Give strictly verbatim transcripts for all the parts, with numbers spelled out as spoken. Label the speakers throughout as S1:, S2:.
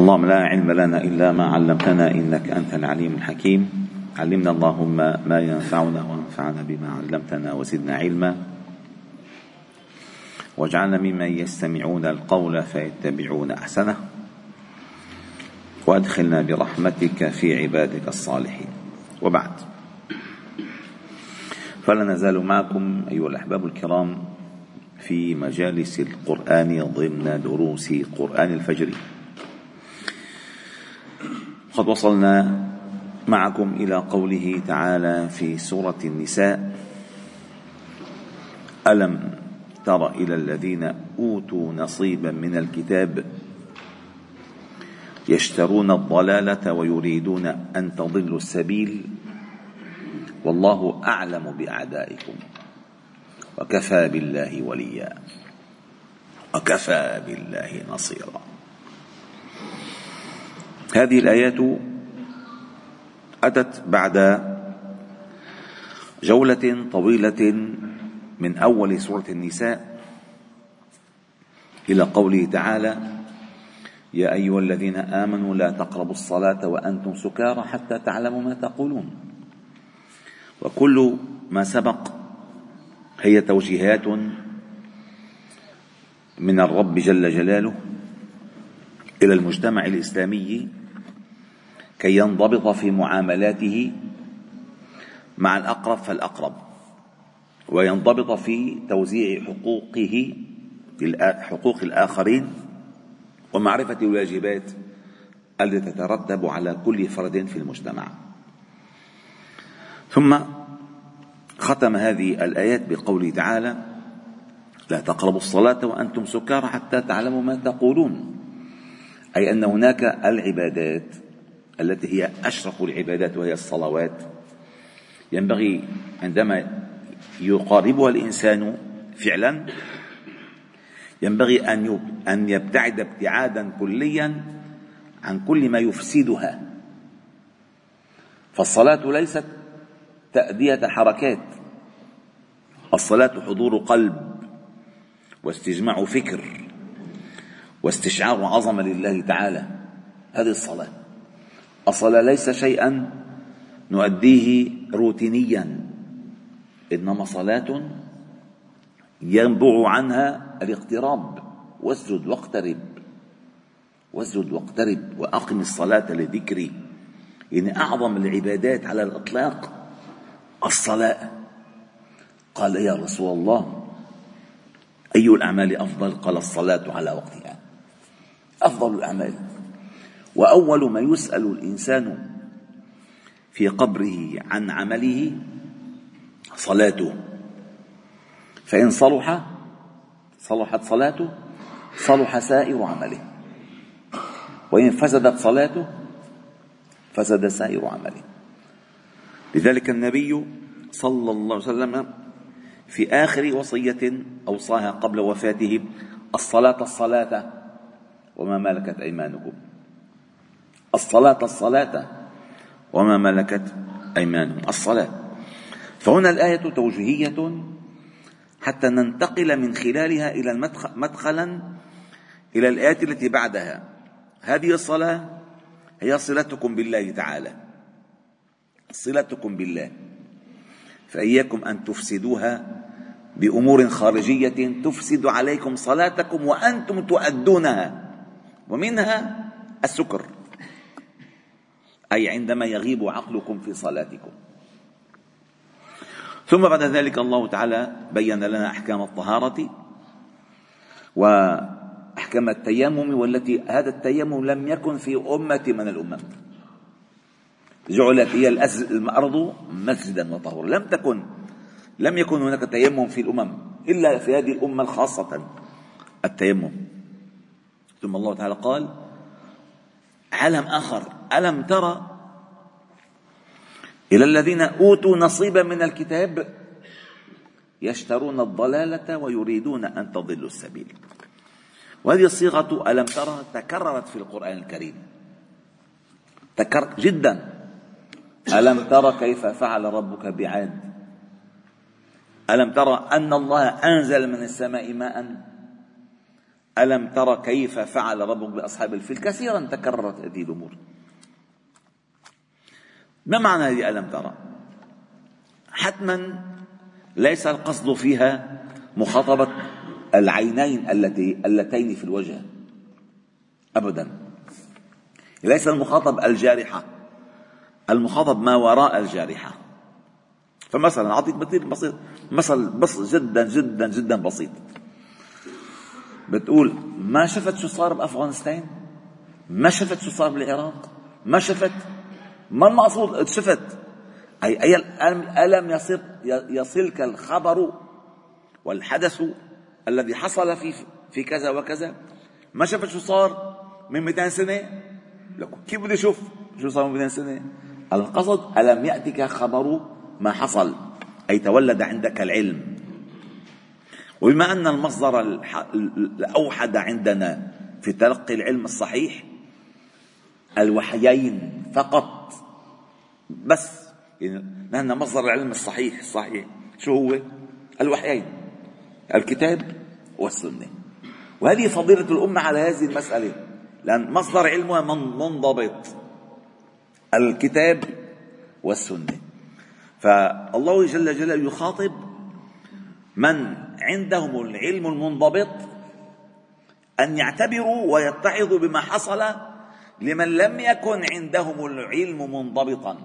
S1: اللهم لا علم لنا إلا ما علمتنا إنك أنت العليم الحكيم. علمنا اللهم ما ينفعنا وانفعنا بما علمتنا وزدنا علما، واجعلنا ممن يستمعون القول فيتبعون أحسنه، وأدخلنا برحمتك في عبادك الصالحين. وبعد، فلا نزال معكم أيها الأحباب الكرام في مجالس القرآن ضمن دروس قرآن الفجر. قد وصلنا معكم إلى قوله تعالى في سورة النساء: ألم تر إلى الذين أوتوا نصيبا من الكتاب يشترون الضلالة ويريدون أن تضلوا السبيل والله أعلم بأعدائكم وكفى بالله وليا وكفى بالله نصيرا. هذه الآيات أتت بعد جولة طويلة من أول سورة النساء إلى قوله تعالى: يا أيها الذين آمنوا لا تقربوا الصلاة وأنتم سكارى حتى تعلموا ما تقولون. وكل ما سبق هي توجيهات من الرب جل جلاله إلى المجتمع الإسلامي كي ينضبط في معاملاته مع الأقرب فالأقرب، وينضبط في توزيع حقوقه حقوق الآخرين ومعرفة الواجبات التي تترتب على كل فرد في المجتمع. ثم ختم هذه الآيات بقوله تعالى: لا تقربوا الصلاة وأنتم سكارى حتى تعلموا ما تقولون، أي أن هناك العبادات التي هي أشرف العبادات وهي الصلوات، ينبغي عندما يقاربها الإنسان فعلا ينبغي أن يبتعد ابتعادا كليا عن كل ما يفسدها. فالصلاة ليست تأدية حركات، الصلاة حضور قلب واستجماع فكر واستشعار عظمة لله تعالى. هذه الصلاة. الصلاة ليس شيئا نؤديه روتينيا، إنما صلاة ينبع عنها الاقتراب. واسجد واقترب واسجد واقترب وأقم الصلاة لذكري. يعني أعظم العبادات على الإطلاق الصلاة. قال: يا رسول الله أي الأعمال أفضل؟ قال: الصلاة على وقتها أفضل الأعمال. وأول ما يسأل الإنسان في قبره عن عمله صلاته، فإن صلح صلحت صلاته صلح سائر عمله، وإن فسدت صلاته فسد سائر عمله. لذلك النبي صلى الله عليه وسلم في آخر وصية أوصاها قبل وفاته: الصلاة الصلاة وما ملكت أيمانكم. الصلاة الصلاة وما ملكت أيمانكم. الصلاة. فهنا الآية توجيهية حتى ننتقل من خلالها إلى المدخل مدخلا إلى الآيات التي بعدها. هذه الصلاة هي صلتكم بالله تعالى، صلتكم بالله، فإياكم أن تفسدوها بأمور خارجية تفسد عليكم صلاتكم وأنتم تؤدونها، ومنها السكر، أي عندما يغيب عقلكم في صلاتكم. ثم بعد ذلك الله تعالى بين لنا أحكام الطهارة وأحكام التيمم، والتي هذا التيمم لم يكن في أمة من الأمم. جعلت هي الأرض مسجدا وطهورا. لم تكن لم يكن هناك تيمم في الأمم إلا في هذه الأمة الخاصة التيمم. ثم الله تعالى قال علم آخر: ألم ترى إلى الذين أوتوا نصيبا من الكتاب يشترون الضلالة ويريدون أن تضلوا السبيل. وهذه الصيغة ألم ترى تكررت في القرآن الكريم، تكرر جدا. ألم ترى كيف فعل ربك بعاد؟ ألم ترى أن الله أنزل من السماء ماء ألم تر كيف فعل ربك بأصحاب الفيل، كثيرا تكررت هذه الأمور. ما معنى هذه ألم ترى؟ حتما ليس القصد فيها مخاطبة العينين التي اللتين في الوجه أبدا، ليس المخاطب الجارحة، المخاطب ما وراء الجارحة. فمثلا أعطيك مثل بسيط، مثل بس جدا جدا جدا بسيط. بتقول ما شفت شو صار بأفغانستان، ما شفت شو صار بالعراق، ما شفت، ما المقصود شفت؟ أي أي ألم يصل يصلك الخبر والحدث الذي حصل في في كذا وكذا؟ ما شفت شو صار من مئتين سنة؟ لكم كيف بدي أشوف شو صار من مئتين سنة؟ القصد ألم يأتك خبر ما حصل، أي تولد عندك العلم. وبما أن المصدر الأوحد عندنا في تلقي العلم الصحيح الوحيين فقط بس، يعني لأن مصدر العلم الصحيح الصحيح شو هو؟ الوحيين، الكتاب والسنة. وهذه فضيلة الأمة على هذه المسألة، لأن مصدر علمها منضبط، الكتاب والسنة. فالله جل جلاله يخاطب من عندهم العلم المنضبط أن يعتبروا ويتعظوا بما حصل لمن لم يكن عندهم العلم منضبطا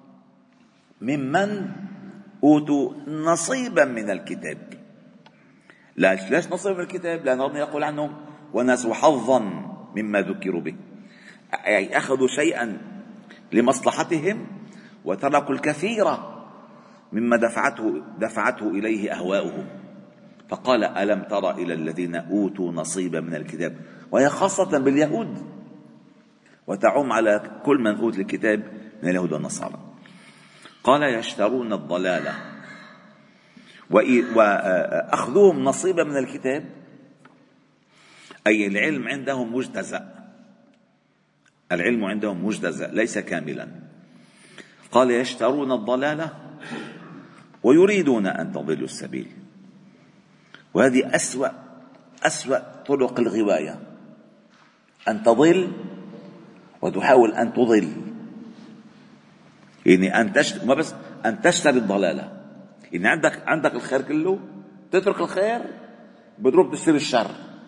S1: ممن أوتوا نصيبا من الكتاب. ليش نصيب من الكتاب؟ لأن ربنا يقول عنهم ونسوا حظا مما ذكروا به، أي أخذوا شيئا لمصلحتهم وتركوا الكثير مما دفعته, دفعته إليه أهواؤهم. فقال ألم تر إلى الذين أوتوا نصيبا من الكتاب، وهي خاصة باليهود وتعم على كل من أوت الكتاب من اليهود والنصارى. قال يشترون الضلالة، وأخذوهم نصيبا من الكتاب أي العلم عندهم مجتزأ، العلم عندهم مجتزأ ليس كاملا. قال يشترون الضلالة ويريدون أن تضلوا السبيل. وهذه أسوأ أسوأ طرق الغواية، أن تضل وتحاول أن تضل، يعني أن تشتري، ما بس أن تشتري الضلالة، يعني عندك عندك الخير كله تترك الخير، بتروح تشتري الشر،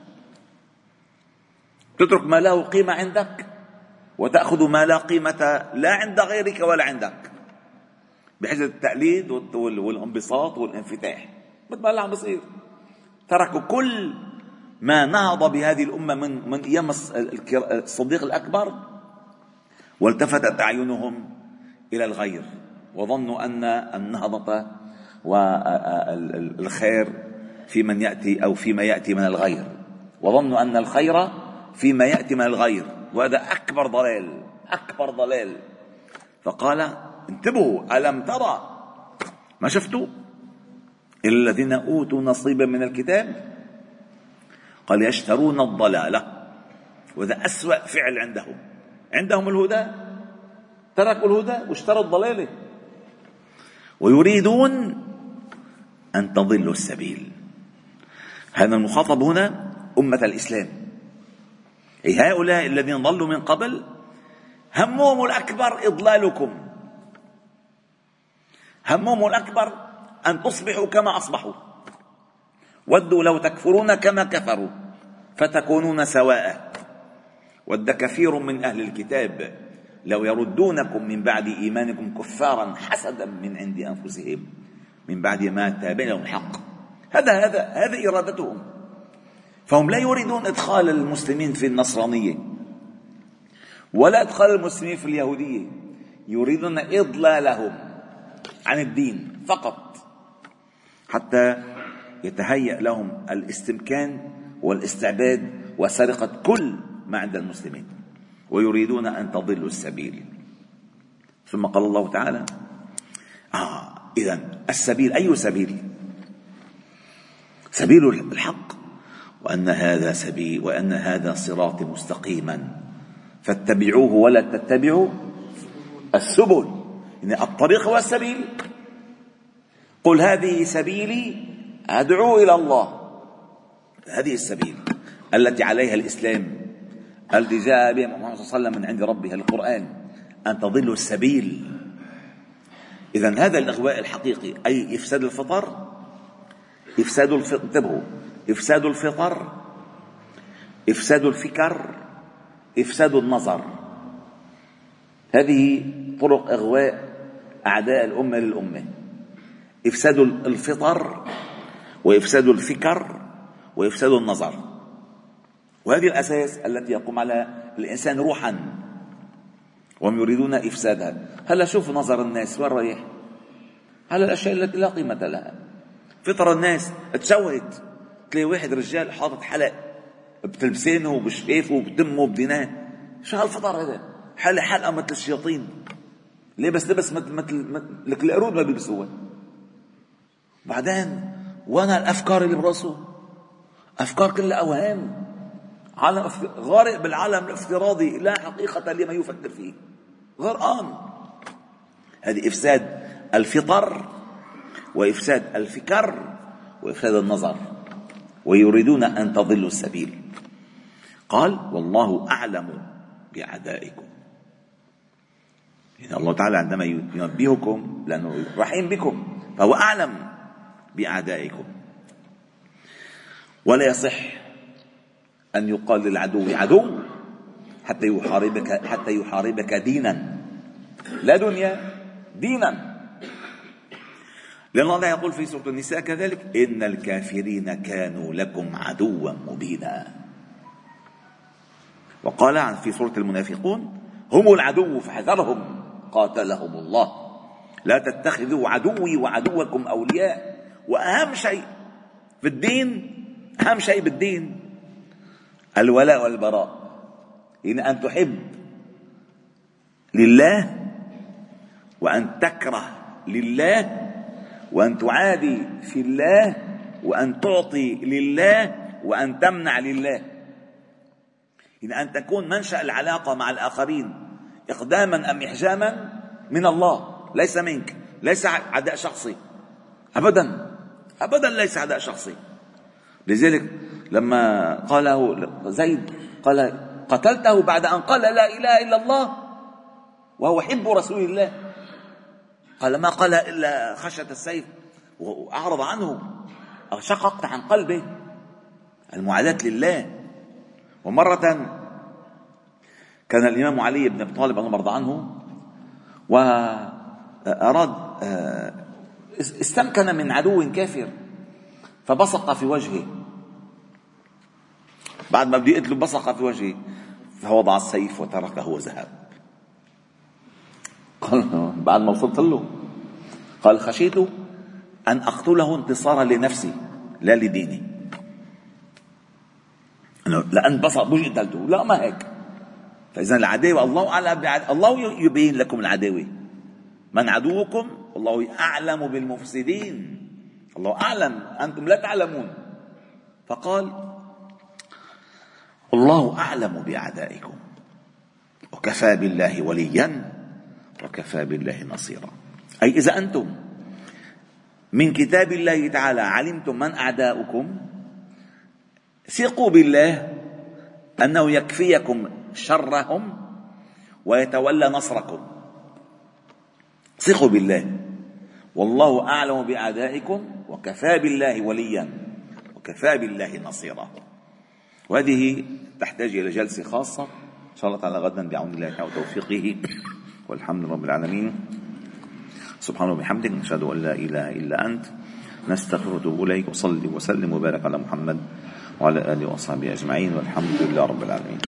S1: تترك ما له قيمة عندك وتأخذ ما لا قيمة لا عند غيرك ولا عندك، بحيث التقليد والانبساط والانفتاح. مثل ما اللي عم بصير، تركوا كل ما نهض بهذه الأمة من من أيام الصديق الأكبر، والتفتت أعينهم إلى الغير، وظنوا أن النهضة والخير في من يأتي أو فيما يأتي من الغير، وظنوا أن الخير فيما يأتي من الغير، وهذا أكبر ضلال أكبر ضلال. فقال انتبهوا، ألم ترى، ما شفتوا إلا الذين أوتوا نصيبا من الكتاب. قال يشترون الضلالة، وهذا أسوأ فعل عندهم، عندهم الهدى تركوا الهدى واشتروا الضلالة، ويريدون أن تضلوا السبيل. هذا المخاطب هنا أمة الإسلام، أي هؤلاء الذين ضلوا من قبل همهم الأكبر إضلالكم، همهم الأكبر أن تصبحوا كما أصبحوا، ودوا لو تكفرون كما كفروا فتكونون سواء، ود كثير من أهل الكتاب لو يردونكم من بعد إيمانكم كفارا حسدا من عند أنفسهم من بعد ما تبين لهم الحق. هذا هذا هذا إرادتهم. فهم لا يريدون إدخال المسلمين في النصرانية ولا إدخال المسلمين في اليهودية، يريدون إضلالهم عن الدين فقط، حتى يتهيأ لهم الاستمكان والاستعباد وسرقة كل ما عند المسلمين، ويريدون أن تضلوا السبيل. ثم قال الله تعالى آه إذن السبيل أي سبيل؟ سبيل الحق، وأن هذا سبيل وأن هذا صراط مستقيما فاتبعوه ولا تتبعوا السبل، يعني الطريق هو السبيل. قل هذه سبيلي أدعو إلى الله، هذه السبيل. التي عليها الإسلام التي جاء بها محمد صلى الله عليه وسلم من عند ربها القرآن، أن تضلوا السبيل. إذن هذا الإغواء الحقيقي، أي إفساد الفطر، إفساد الفطر، انتبهوا، إفساد الفطر، إفساد الفكر، إفساد النظر. هذه طرق إغواء أعداء الأمة للأمة: إفساد الفطر، وإفساد الفكر، وإفساد النظر. وهذه الأساس التي يقوم على الإنسان روحا، وهم يريدون إفسادها. هلا شوف نظر الناس وين رايح على الأشياء التي لا قيمة لها. فطر الناس تشوهت، تلاقي واحد رجال حاطط حلق بتلبسينه وبشفافه وبدمه وبديناه. شو هالفطر هذا؟ حلق حلقة مثل الشياطين، لبس لبس مثل مثل لك القرود ما بيلبسوها. بعدين وانا الافكار اللي براسه افكار كلها اوهام، عالم غارق بالعالم الافتراضي، لا حقيقة لما يفكر فيه، غرقان. هذه افساد الفطر، وافساد الفكر، وافساد النظر، ويريدون ان تضلوا السبيل. قال: والله اعلم باعدائكم. يعني الله تعالى عندما ينبهكم لانه رحيم بكم، فهو اعلم باعدائكم. ولا يصح أن يقال للعدو عدو حتى يحاربك حتى يحاربك دينا، لا دنيا، دينا. لأن الله يقول في سورة النساء كذلك: إن الكافرين كانوا لكم عدوا مبينا. وقال في سورة المنافقون: هم العدو فاحذرهم قاتلهم الله، لا تتخذوا عدوي وعدوكم أولياء. وأهم شيء في الدين، أهم شيء بالدين الولاء والبراء، إن أن تحب لله، وأن تكره لله، وأن تعادي في الله، وأن تعطي لله، وأن تمنع لله. إن أن تكون منشأ العلاقة مع الآخرين إقداما أم إحجاما من الله، ليس منك، ليس عداء شخصي أبدا أبدا، ليس عداء شخصي. لذلك لما قاله زيد قال: قتلته بعد أن قال لا إله إلا الله وهو حب رسول الله. قال: ما قال إلا خشية السيف، وأعرض عنه، شققت عن قلبه، المعاداة لله. ومرة كان الإمام علي بن أبي طالب رضي الله عنه وأراد استمكن من عدو كافر فبصق في وجهه، بعد ما بده يقتله بصق في وجهه، فوضع السيف وتركه وذهب. قال بعد ما وصلت له قال: خشيت أن أقتله انتصارا لنفسي لا لديني، لأن بصق بوجه قتلته، لا ما هيك. فإذا العداوة الله أعلم، الله يبين لكم العداوة من عدوكم، والله أعلم بالمفسدين، الله أعلم، أنتم لا تعلمون. فقال: الله أعلم بأعدائكم وكفى بالله وليا وكفى بالله نصيرا. أي إذا أنتم من كتاب الله تعالى علمتم من أعداؤكم، ثقوا بالله أنه يكفيكم شرهم ويتولى نصركم. ثقوا بالله، والله أعلم بأعدائكم وكفى بالله وليا وكفى بالله نصيرا. وهذه تحتاج إلى جلسة خاصة إن شاء الله تعالى غدا بعون الله تعالى وتوفيقه، والحمد لله رب العالمين. سبحانه وبحمدك، نشهد أن لا إله إلا أنت، نستغفرك ونتوب إليك، وصلي وسلم وبارك على محمد وعلى آله وصحبه أجمعين، والحمد لله رب العالمين.